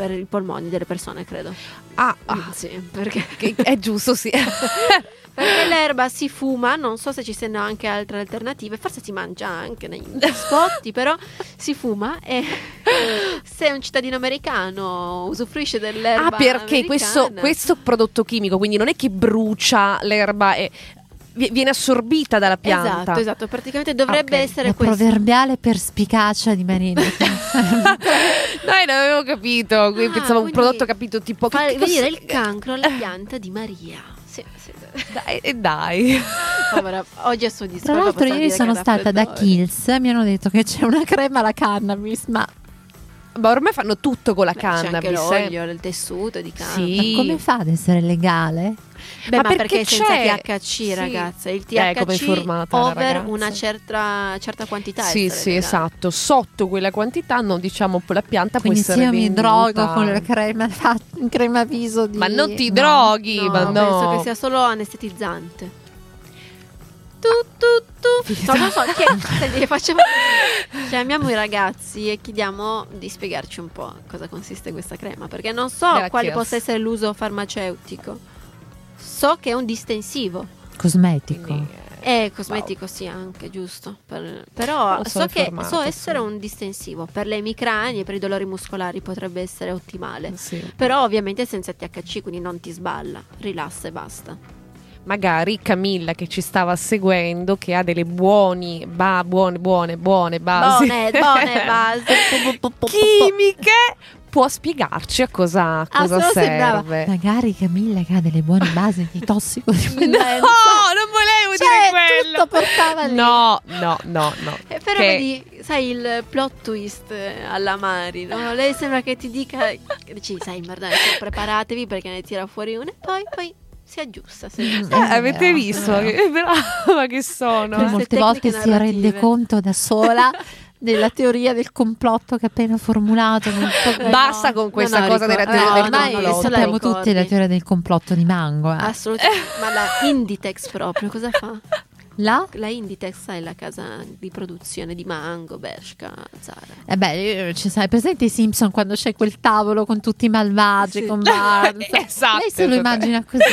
per i polmoni delle persone, credo. Sì, perché È giusto, sì. perché l'erba si fuma, non so se ci siano anche altre alternative, forse si mangia anche nei biscotti, però si fuma e se un cittadino americano usufruisce dell'erba Perché americana, questo prodotto chimico, quindi non è che brucia l'erba e viene assorbita dalla pianta. Esatto, praticamente dovrebbe Ok. essere La questo. proverbiale perspicacia di Marina. Noi non avevo capito, quindi pensavo a un quindi prodotto, capito, tipo fa che venire cos'è? il cancro alla pianta di Maria. Sì. Dai. Povera, oggi è Tra soddisfatta. l'altro possiamo ieri dire sono che ha stata da raffreddore. Kills, mi hanno detto che c'è una crema alla cannabis, ma Ma ormai fanno tutto con la Beh, c'è anche cannabis. l'olio, il tessuto di cannabis. Sì. come fa ad essere legale? Beh, Ma ma perché perché senza c'è? THC, Sì. ragazza? Il Come è THC informata la over ragazza. una certa quantità. Sì, essere sì, legale. esatto. Sotto quella quantità, non diciamo la pianta Quindi può se essere io mi venduta. drogo con la crema, crema viso di... Ma non ti no. droghi, No, ma no. penso che sia solo anestetizzante. Non so, senti, chiamiamo i ragazzi e chiediamo di spiegarci un po' cosa consiste questa crema, perché non so Grazie. quale possa essere l'uso farmaceutico. So che è un distensivo. Cosmetico. Quindi, Cosmetico sì, anche, giusto. Però Non sono so che informata, so essere sì. un distensivo. Per le emicranie e per i dolori muscolari potrebbe essere ottimale. sì. Però ovviamente senza THC, quindi non ti sballa, rilassa e basta. Magari Camilla che ci stava seguendo, che ha delle buone basi Buone basi. chimiche, può spiegarci a cosa se no sembrava- serve. Magari Camilla che ha delle buone basi di tossicodipendenza. No, non volevo dire quello. tutto portava lì. No. Però Che- vedi, sai il plot twist alla Mari, no? Lei sembra che ti dica, dici, sai, guardate, preparatevi perché ne tira fuori una e poi si aggiusta. avete visto? Che brava che sono. Poi molte volte tecniche si rende narrative. conto da sola della teoria del complotto che ha appena formulato. Basta con questa cosa della teoria del ormai complotto. sappiamo ricordi. tutti la teoria del complotto di Mango. Assolutamente. Ma la Inditex proprio cosa fa? La? La Inditex, sai, la casa di produzione di Mango, Bershka, Zara. Ci sai, presente i Simpson quando c'è quel tavolo con tutti i malvagi, Sì. con Barnes? Esatto, Lei se lo immagina così.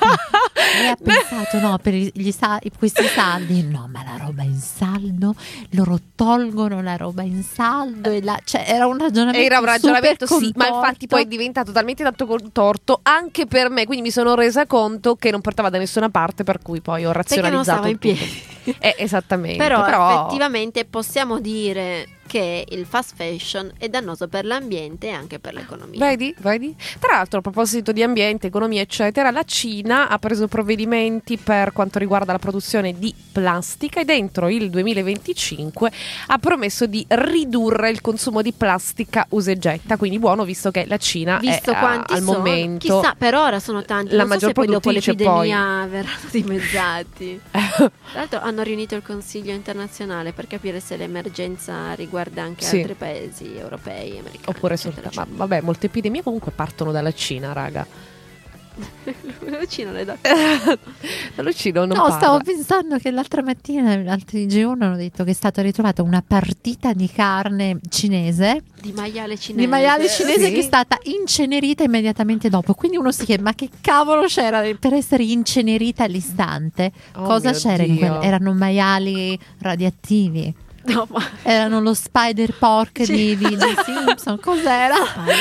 Lei ha pensato, no, per questi saldi, no, ma la roba in saldo, loro tolgono la roba in saldo cioè era un ragionamento Era un ragionamento, super sì, ma infatti poi è diventato talmente tanto contorto anche per me, quindi mi sono resa conto che non portava da nessuna parte, per cui poi ho Perché non razionalizzato stava in tutto. piedi. Esattamente. Però effettivamente possiamo dire che il fast fashion è dannoso per l'ambiente e anche per l'economia. Vedi? Tra l'altro, a proposito di ambiente, economia, eccetera, la Cina ha preso provvedimenti per quanto riguarda la produzione di plastica e dentro il 2025 ha promesso di ridurre il consumo di plastica usa e getta. Quindi buono, visto che la Cina Visto è quanti al sono, momento chissà, per ora sono tanti. la Non so maggior se poi dopo produttrice, l'epidemia verranno dimezzati. Tra l'altro hanno riunito il Consiglio internazionale per capire se l'emergenza riguarda anche Sì. altri paesi europei, americani. oppure eccetera, soltanto. Ma vabbè, molte epidemie comunque partono dalla Cina, raga. eccetera. Vicino le dà. Dallo Cina non No, parla. stavo pensando che l'altra mattina altri G1 hanno detto che è stata ritrovata una partita di carne cinese, Di maiale cinese. di maiale cinese Sì. che è stata incenerita immediatamente dopo. Quindi uno si chiede: ma che cavolo c'era per essere incenerita all'istante? Oh Cosa mio c'era in Dio. quella? Erano maiali radioattivi. No, ma Erano lo spider pork di Simpson. Cos'era?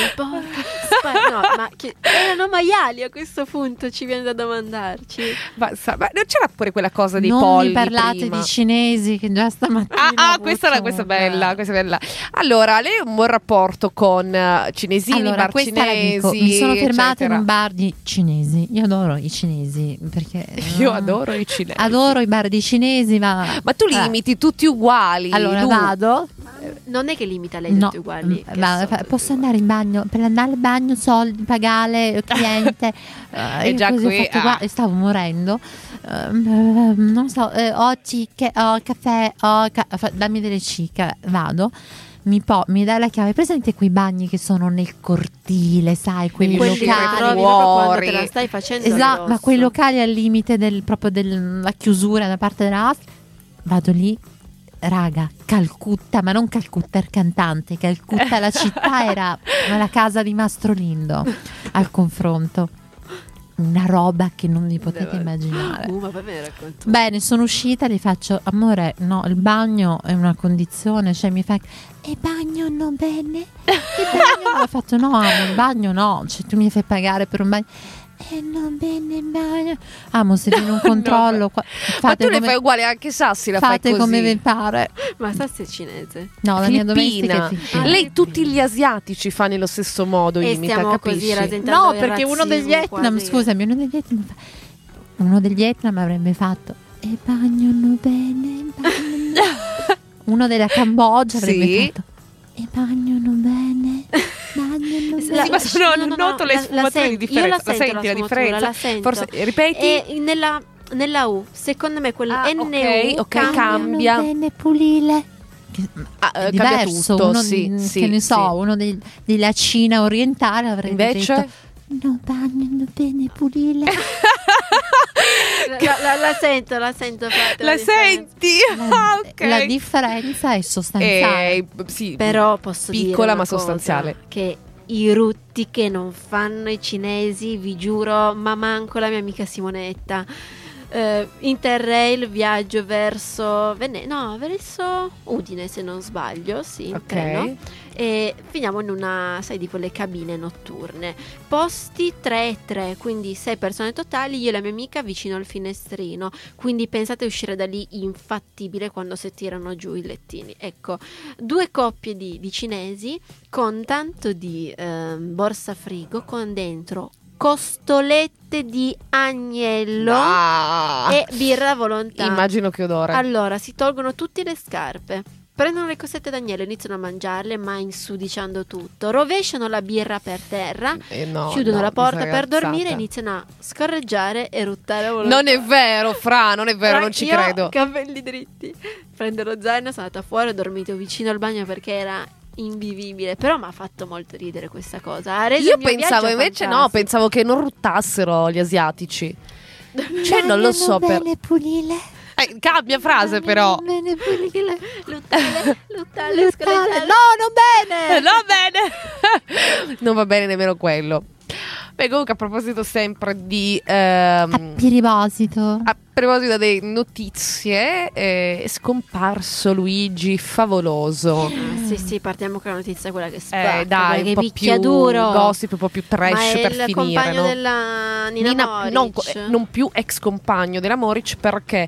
No, ma erano maiali a questo punto, ci viene da domandarci. Ma non c'era pure quella cosa dei Non polli mi parlate prima? di cinesi che già stamattina ho questa è avuto bella, questa è bella. Allora, lei ha un buon rapporto con cinesini, Allora, bar questa la cinesi, dico. Mi sono fermata eccetera. in un bar di cinesi. Io adoro i cinesi perché Io adoro i cinesi. adoro i bar di cinesi, ma Ma tu li imiti tutti uguali. allora Lu. vado. Non è che limita lei No, tutti uguali. che ma sono tutti posso uguali. andare in bagno per andare al bagno, soldi, pagare il cliente. Io già così ho qui, fatto uguale, stavo morendo. Non so, ho cicche, ho caffè, dammi delle cicche, vado. Mi dai la chiave. Presente quei bagni che sono nel cortile, sai, quelli Quelli che locali. trovi proprio quando te fuori. la stai facendo Esatto, ma addosso. quei locali al limite proprio della chiusura da parte della ASL, vado lì, raga, Calcutta, ma non Calcutta il cantante, Calcutta la città era la casa di Mastro Lindo al confronto. Una roba che non vi potete immaginare. Ma poi me ne racconto. Bene, sono uscita, gli faccio: amore, no, il bagno è una condizione. Cioè mi fa: e bagno non bene? Il bagno? Ho fatto: no, amo, il bagno no. Cioè tu mi fai pagare per un bagno. E non bene il bagno. Amo, se viene un controllo qua, ma tu le fai uguale, anche Sassi la fate fai così. come vi pare. Ma Sassi è cinese. No, la mia domestica Filippina. è filippina. Lei tutti gli asiatici fa nello stesso modo, E imita, stiamo capisci? così rasentando No, il perché uno del razzismo Vietnam, quasi. scusami, uno del Vietnam avrebbe fatto: e bagno non bene, bagno. Uno della Cambogia avrebbe Sì. fatto: e bagno non bene, bagno non Sì, bene. ma sono, No, noto le la sfumature di sento, io la differenza. La sento senti la sfumatura, differenza? la sento. Forse ripeti? E nella U, secondo me quella Ah, NU ok, cambia. Non bene, pulile. Cambia Diverso, tutto, uno sì, di, sì, che ne so, sì. uno della Cina orientale avrebbe Invece? detto: no, bagno non bene, pulile. la sento, frate, La differenza. senti? Ah, ok. La differenza è sostanziale. Sì, Però posso dire piccola una ma cosa, sostanziale. che i rutti che non fanno i cinesi, vi giuro, ma manco la mia amica Simonetta. Interrail, viaggio verso verso Udine, se non sbaglio, sì, in Ok. treno. E finiamo in una, sai, tipo le cabine notturne. Posti 3 e 3, quindi 6 persone totali, io e la mia amica vicino al finestrino. Quindi pensate a uscire da lì infattibile quando si tirano giù i lettini. Ecco, 2 coppie di cinesi con tanto di borsa frigo con dentro costolette di agnello Ah, e birra a volontà. immagino che odore. Allora, si tolgono tutte le scarpe, prendono le cosette d'agnello, iniziano a mangiarle, ma insudiciando tutto, rovesciano la birra per terra, No, chiudono no, la porta questa per dormire, ragazzata. iniziano a scorreggiare e ruttare a volontà. Non è vero, Fra, non è vero, non ci Io, credo. capelli dritti. Prendo lo zaino, sono andata fuori, ho dormito vicino al bagno perché era invivibile. Però mi ha fatto molto ridere questa cosa. Ha reso Io il mio pensavo viaggio invece no, fantastico. pensavo che non ruttassero gli asiatici. Cioè, non lo so per... bene, pulile. Cambia frase però. Bene, pulile. Luttale, scorreggiare. No, non bene. Va bene. Non va bene nemmeno quello. Beh, comunque a proposito sempre di A proposito. a proposito di notizie, è scomparso Luigi Favoloso. Sì, partiamo con la notizia quella che spacca, Dai, che un po' picchia più duro. gossip, un po' più trash Ma è per il finire, compagno no? della Nina Moric. Non più ex compagno della Moric, perché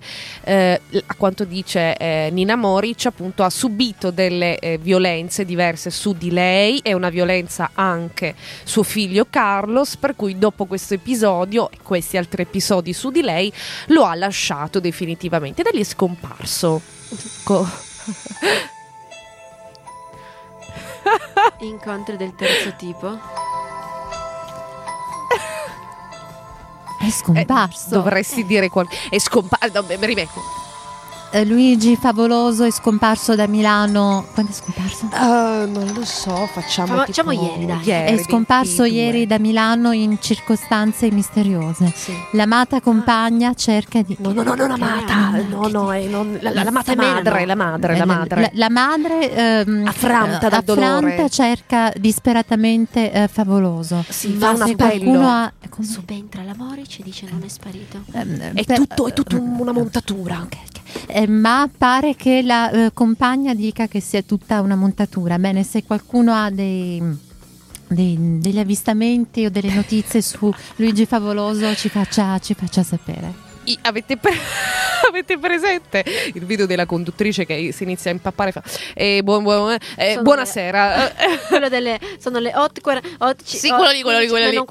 a quanto dice Nina Moric, appunto, ha subito delle violenze diverse su di lei e una violenza anche suo figlio Carlos, per cui dopo questo episodio e questi altri episodi su di lei lo ha lasciato definitivamente, da lì è scomparso. Incontri del terzo tipo. È scomparso. Dovresti dire è scomparso. Rimetto. Luigi Favoloso è scomparso da Milano. Quando è scomparso? Non lo so, facciamo Facciamo ieri, dai. È scomparso 22. ieri da Milano in circostanze misteriose. Sì. L'amata compagna cerca di... No, non amata. L'amata madre, la madre. La madre Affranta dal dolore. cerca disperatamente Favoloso. Sì, fa un Se appello. qualcuno ha... Subentra la Moric e dice non è sparito. È tutto una montatura. Ma pare che la compagna dica che sia tutta una montatura. Bene, se qualcuno ha degli avvistamenti o delle notizie su Luigi Favoloso ci faccia sapere. Avete presente il video della conduttrice che si inizia a impappare fa buonasera. Sono le 8:40. Sì, quello lì.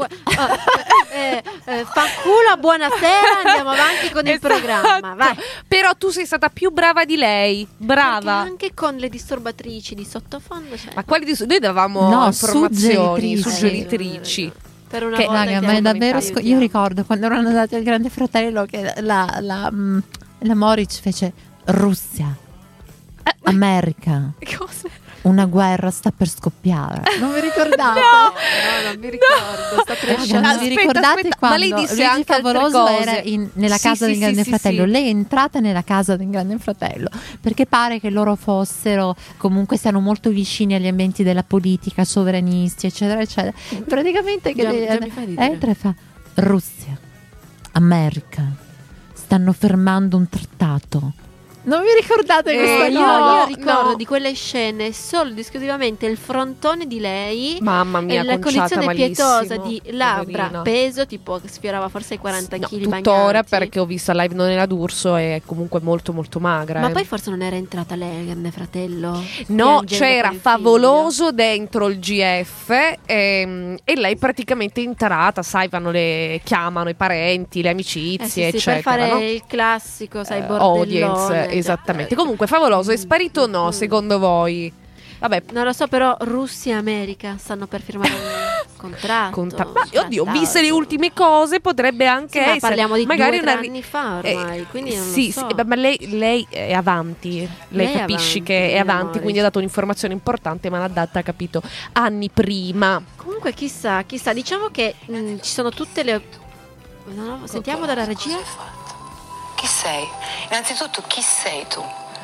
Fanculo, buonasera, andiamo avanti con il Esatto. programma. Vai. Però tu sei stata più brava di lei. Brava. Perché anche con le disturbatrici di sottofondo. Cioè, Ma quali noi davamo informazioni, suggeritrici. suggeritrici. per una Che- volta Raga, che ma è hanno davvero aiutiamo. io ricordo quando erano andati al Grande Fratello che la Moric fece Russia, America, Cosa? Una guerra sta per scoppiare. Non vi ricordate? No, non mi ricordo. Sta crescendo. Non vi ricordate ma quando lei disse Luigi anche altre Favoloso cose. era nella Sì, casa sì, del Grande sì, Fratello? sì. Lei è entrata nella casa del Grande Fratello perché pare che loro fossero, comunque siano molto vicini agli ambienti della politica, sovranisti, eccetera, eccetera. Praticamente che Già lei mi fa ridere. entra e fa: Russia, America stanno fermando un trattato. Non vi ricordate questa Io cosa? ricordo no. di quelle scene solo ed esclusivamente il frontone di lei Mamma mia, e la conciata condizione pietosa malissimo, di labbra, poverina. peso tipo che sfiorava forse i 40 No, kg tuttora, bagnati. perché ho visto a live non era d'Urso e è comunque molto molto magra. Ma poi forse non era entrata lei al Grande Fratello? no, piangendo c'era per il Favoloso dentro il GF e lei praticamente entrata, sai, chiamano i parenti, le figlio. amicizie, Sì, eccetera, per fare no? il classico, sai, bordellone. Audience, esattamente. Comunque Favoloso è sparito o no, secondo voi? Vabbè, Non lo so, però Russia e America stanno per firmare un contratto. ma oddio, viste le ultime cose, potrebbe anche Sì, ma essere parliamo di magari 2 o 3 anni fa ormai, quindi non sì, lo so. sì, ma lei è avanti, lei Lei è capisci avanti, che è mio avanti, amore. quindi ha dato un'informazione importante, ma l'ha data, capito, anni prima. Comunque chissà, diciamo che ci sono tutte le... No, sentiamo dalla regia. Chi sei? Innanzitutto chi sei tu?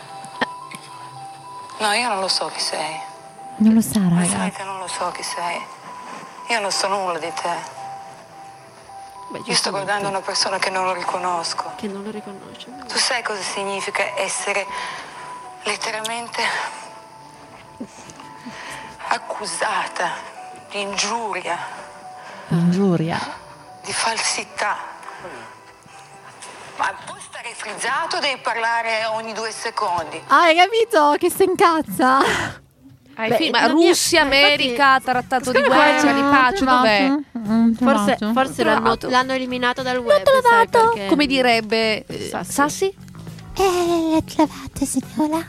No, io non lo so chi sei. Non lo sa, raga. Onestamente non lo so chi sei. Io non so nulla di te. Beh, Io sto guardando una persona che non lo riconosco. che non lo riconosce. Tu sai cosa significa essere letteralmente accusata di ingiuria, Ingiuria. di falsità? Ma puoi stare frizzato o devi parlare ogni 2 secondi? Ah, hai capito che si incazza? Ma non mi- Russia, infatti- America, trattato di Scusa, guerra, di pace, dov'è? Forse l'hanno eliminato dal web. L'ho sai trovato, perché? come direbbe Sassi. Sassi? L'ho trovate, signora?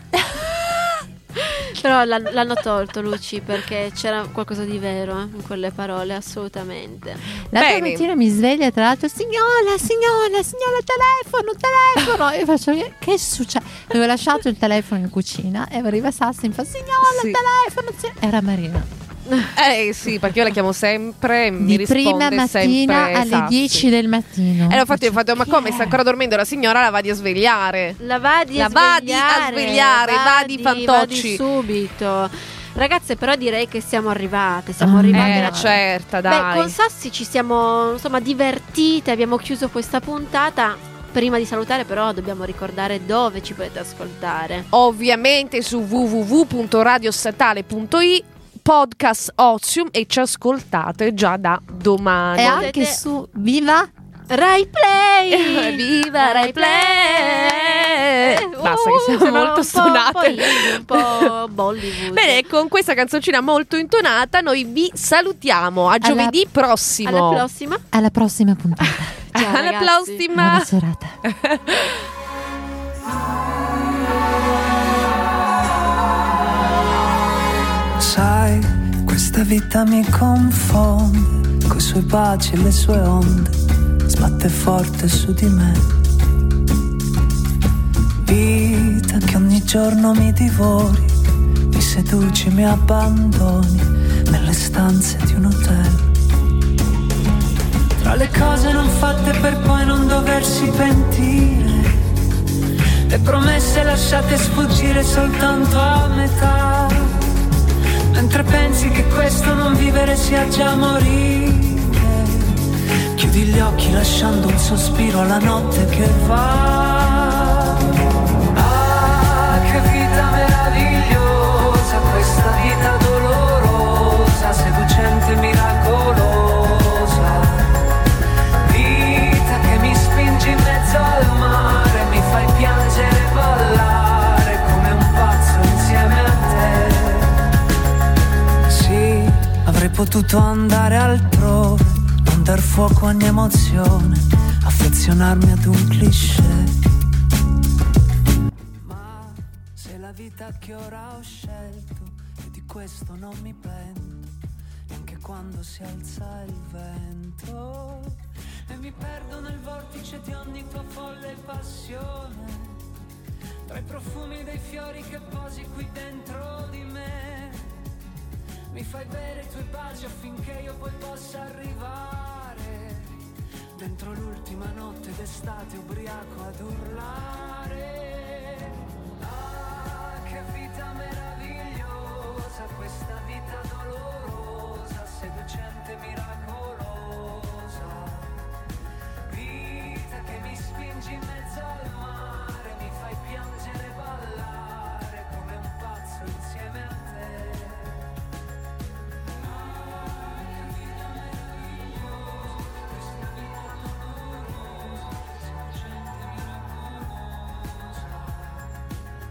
Però l'hanno tolto, Luci, perché c'era qualcosa di vero in quelle parole, assolutamente. L'altra Bene. mattina mi sveglia, tra l'altro, signora, telefono. E faccio, che succede? Avevo lasciato il telefono in cucina e arriva Sassi e mi fa, signora, Sì. telefono. Era Marina. Sì, perché io la chiamo sempre, mi Di risponde prima mattina sempre alle Sassi. 10 del mattino. E infatti ho fatto, ma come, sta ancora dormendo la signora, la vadi a svegliare. La vadi a vadi a svegliare, vadi fantocci. vadi subito. Ragazze, però direi che siamo arrivate alla- certa, Beh, dai. con Sassi ci siamo insomma divertite, abbiamo chiuso questa puntata. Prima di salutare però dobbiamo ricordare dove ci potete ascoltare. Ovviamente su www.radiostatale.it, podcast Ozium, e ci ascoltate già da domani. E anche su Viva Rai Play! Viva Rai Play! Basta che siamo sembra molto un stonate. un po' Bollywood. Bene, con questa canzoncina molto intonata noi vi salutiamo. A giovedì prossimo. Alla prossima. alla prossima puntata. Ciao, Alla ragazzi. prossima. Buona serata. Sai, questa vita mi confonde, coi suoi baci e le sue onde, sbatte forte su di me. Vita che ogni giorno mi divori, mi seduci, mi abbandoni nelle stanze di un hotel. Tra le cose non fatte per poi non doversi pentire, le promesse lasciate sfuggire soltanto a metà. Mentre pensi che questo non vivere sia già morire, chiudi gli occhi lasciando un sospiro alla notte che va. Ah, che vita meravigliosa, questa vita dolorosa, seducente, miracolosa. Vita che mi spingi in mezzo al mare, mi fai piangere e ballare come un pazzo insieme a te. Sì, avrei potuto andare altrove, non dar fuoco a ogni emozione, affezionarmi ad un cliché. Ma se la vita che ora ho scelto, e di questo non mi pento, neanche quando si alza il vento, e mi perdo nel vortice di ogni tua folle passione, tra i profumi dei fiori che posi qui dentro di me. Mi fai bere i tuoi baci affinché io poi possa arrivare dentro l'ultima notte d'estate ubriaco ad urlare.